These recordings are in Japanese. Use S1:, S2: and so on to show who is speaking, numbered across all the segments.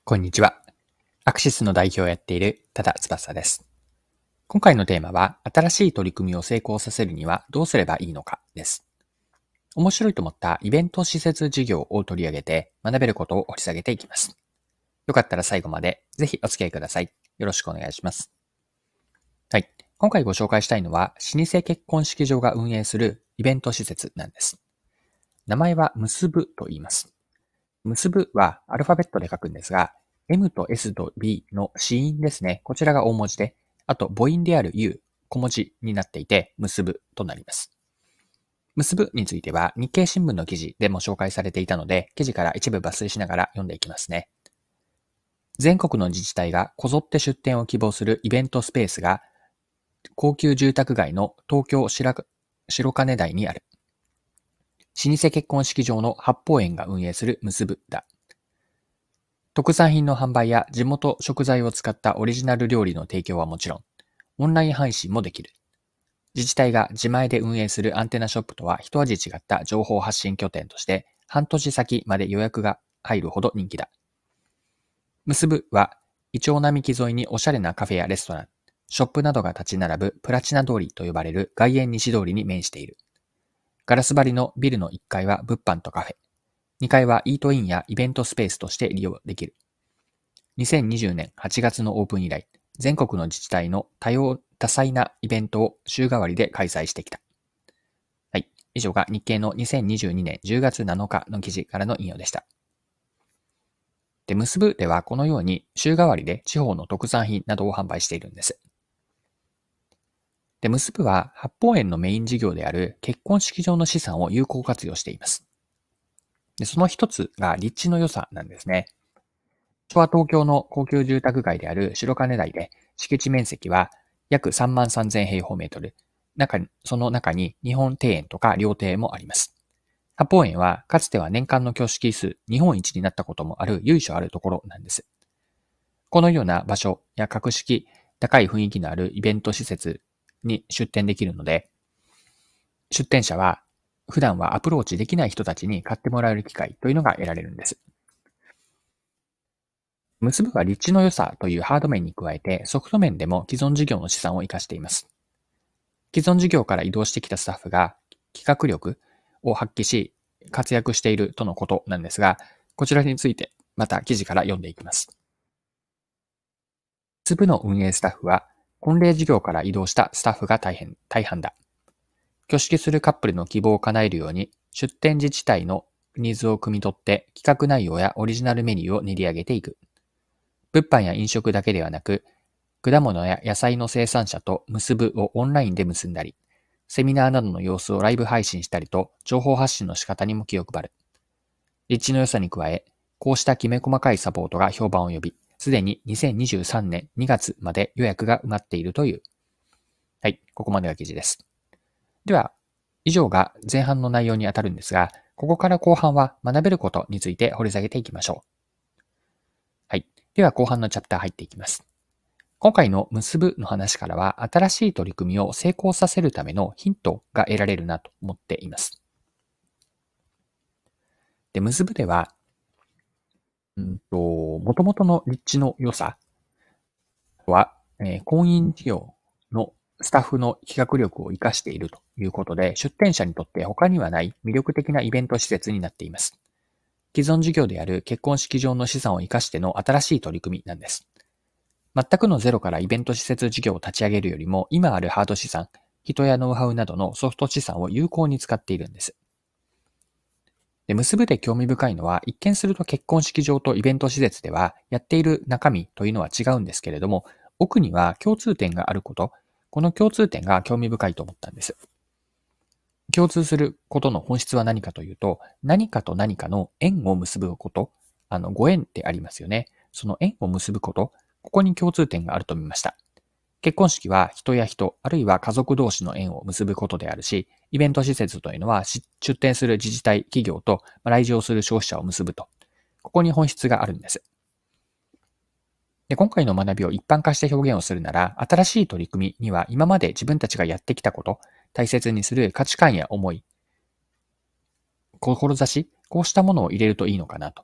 S1: こんにちは。アクシスの代表をやっている多田翼です。今回のテーマは、新しい取り組みを成功させるにはどうすればいいのかです。面白いと思ったイベント施設事業を取り上げて学べることを掘り下げていきます。よかったら最後までぜひお付き合いください。よろしくお願いします。はい。今回ご紹介したいのは、老舗結婚式場が運営するイベント施設なんです。名前は結ぶと言います。結ぶはアルファベットで書くんですが、M と S と B の子音ですね。こちらが大文字で、あと母音である U、小文字になっていて、結ぶとなります。結ぶについては日経新聞の記事でも紹介されていたので、記事から一部抜粋しながら読んでいきますね。全国の自治体がこぞって出店を希望するイベントスペースが、高級住宅街の東京白金台にある。老舗結婚式場の八芳園が運営する結ぶだ。特産品の販売や地元食材を使ったオリジナル料理の提供はもちろん、オンライン配信もできる。自治体が自前で運営するアンテナショップとは一味違った情報発信拠点として、半年先まで予約が入るほど人気だ。結ぶは、イチョウ並木沿いにおしゃれなカフェやレストラン、ショップなどが立ち並ぶプラチナ通りと呼ばれる外苑西通りに面している。ガラス張りのビルの1階は物販とカフェ、2階はイートインやイベントスペースとして利用できる。2020年8月のオープン以来、全国の自治体の多彩なイベントを週替わりで開催してきた。はい。以上が日経の2022年10月7日の記事からの引用でした。で、結ぶではこのように週替わりで地方の特産品などを販売しているんです。で、結ぶは八芳園のメイン事業である結婚式場の資産を有効活用しています。で、その一つが立地の良さなんですね。場所は東京の高級住宅街である白金台で、敷地面積は約3万3000平方メートル。その中に日本庭園とか料亭もあります。八芳園はかつては年間の挙式数日本一になったこともある由緒あるところなんです。このような場所や格式高い雰囲気のあるイベント施設に出店できるので、出店者は普段はアプローチできない人たちに買ってもらえる機会というのが得られるんです。結ぶは立地の良さというハード面に加えて、ソフト面でも既存事業の資産を活かしています。既存事業から移動してきたスタッフが企画力を発揮し、活躍しているとのことなんですが、こちらについてまた記事から読んでいきます。結ぶの運営スタッフは、婚礼事業から移動したスタッフが大半だ。挙式するカップルの希望を叶えるように、出店自治体のニーズを汲み取って企画内容やオリジナルメニューを練り上げていく。物販や飲食だけではなく、果物や野菜の生産者と結ぶをオンラインで結んだり、セミナーなどの様子をライブ配信したりと、情報発信の仕方にも気を配る。立地の良さに加え、こうしたきめ細かいサポートが評判を呼び、すでに2023年2月まで予約が埋まっているという。はい、ここまでが記事です。では、以上が前半の内容にあたるんですが、ここから後半は学べることについて掘り下げていきましょう。はい。では後半のチャプター入っていきます。今回の結ぶの話からは、新しい取り組みを成功させるためのヒントが得られるなと思っています。で、結ぶでは、元々の立地の良さは、婚姻事業のスタッフの企画力を活かしているということで、出店者にとって他にはない魅力的なイベント施設になっています。既存事業である結婚式場の資産を活かしての新しい取り組みなんです。全くのゼロからイベント施設事業を立ち上げるよりも、今あるハード資産、人やノウハウなどのソフト資産を有効に使っているんです。で、結ぶで興味深いのは、一見すると結婚式場とイベント施設では、やっている中身というのは違うんですけれども、奥には共通点があること、この共通点が興味深いと思ったんです。共通することの本質は何かというと、何かと何かの縁を結ぶこと、ご縁ってありますよね。その縁を結ぶこと、ここに共通点があると見ました。結婚式は人や人、あるいは家族同士の縁を結ぶことであるし、イベント施設というのは出展する自治体、企業と来場する消費者を結ぶと。ここに本質があるんです。で、今回の学びを一般化して表現をするなら、新しい取り組みには今まで自分たちがやってきたこと、大切にする価値観や思い、志、こうしたものを入れるといいのかなと。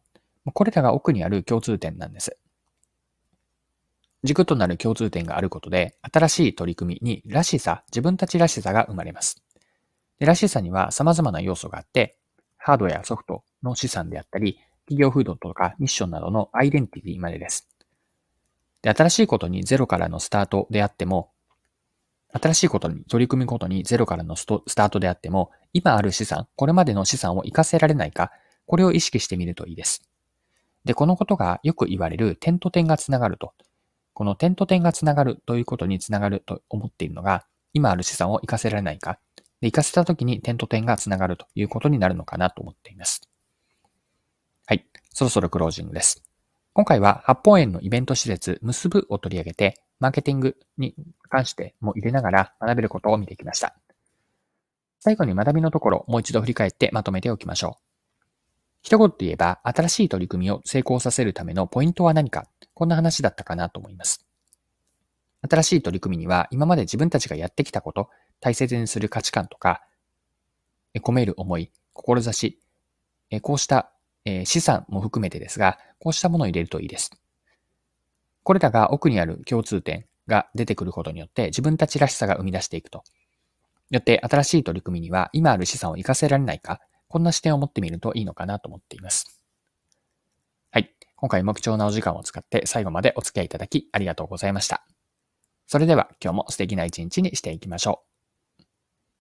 S1: これらが奥にある共通点なんです。軸となる共通点があることで、新しい取り組みにらしさ、自分たちらしさが生まれます。で、らしさには様々な要素があって、ハードやソフトの資産であったり、企業風土とかミッションなどのアイデンティティまでです。で、新しいことにゼロからのスタートであっても、新しいことに取り組むことにゼロからのスタートであっても、今ある資産、これまでの資産を活かせられないか、これを意識してみるといいです。で、このことがよく言われる点と点がつながると。この点と点がつながるということにつながると思っているのが、今ある資産を活かせられないか。で、活かせたときに点と点がつながるということになるのかなと思っています。はい。そろそろクロージングです。今回は八方園のイベント施設結ぶを取り上げて、マーケティングに関しても入れながら学べることを見てきました。最後に学びのところ、もう一度振り返ってまとめておきましょう。一言で言えば、新しい取り組みを成功させるためのポイントは何か、こんな話だったかなと思います。新しい取り組みには、今まで自分たちがやってきたこと、大切にする価値観とか、込める思い、志、こうした資産も含めてですが、こうしたものを入れるといいです。これらが奥にある共通点が出てくることによって、自分たちらしさが生み出していくと。よって新しい取り組みには今ある資産を活かせられないか、こんな視点を持ってみるといいのかなと思っています。はい。今回も貴重なお時間を使って最後までお付き合いいただきありがとうございました。それでは今日も素敵な一日にしていきましょう。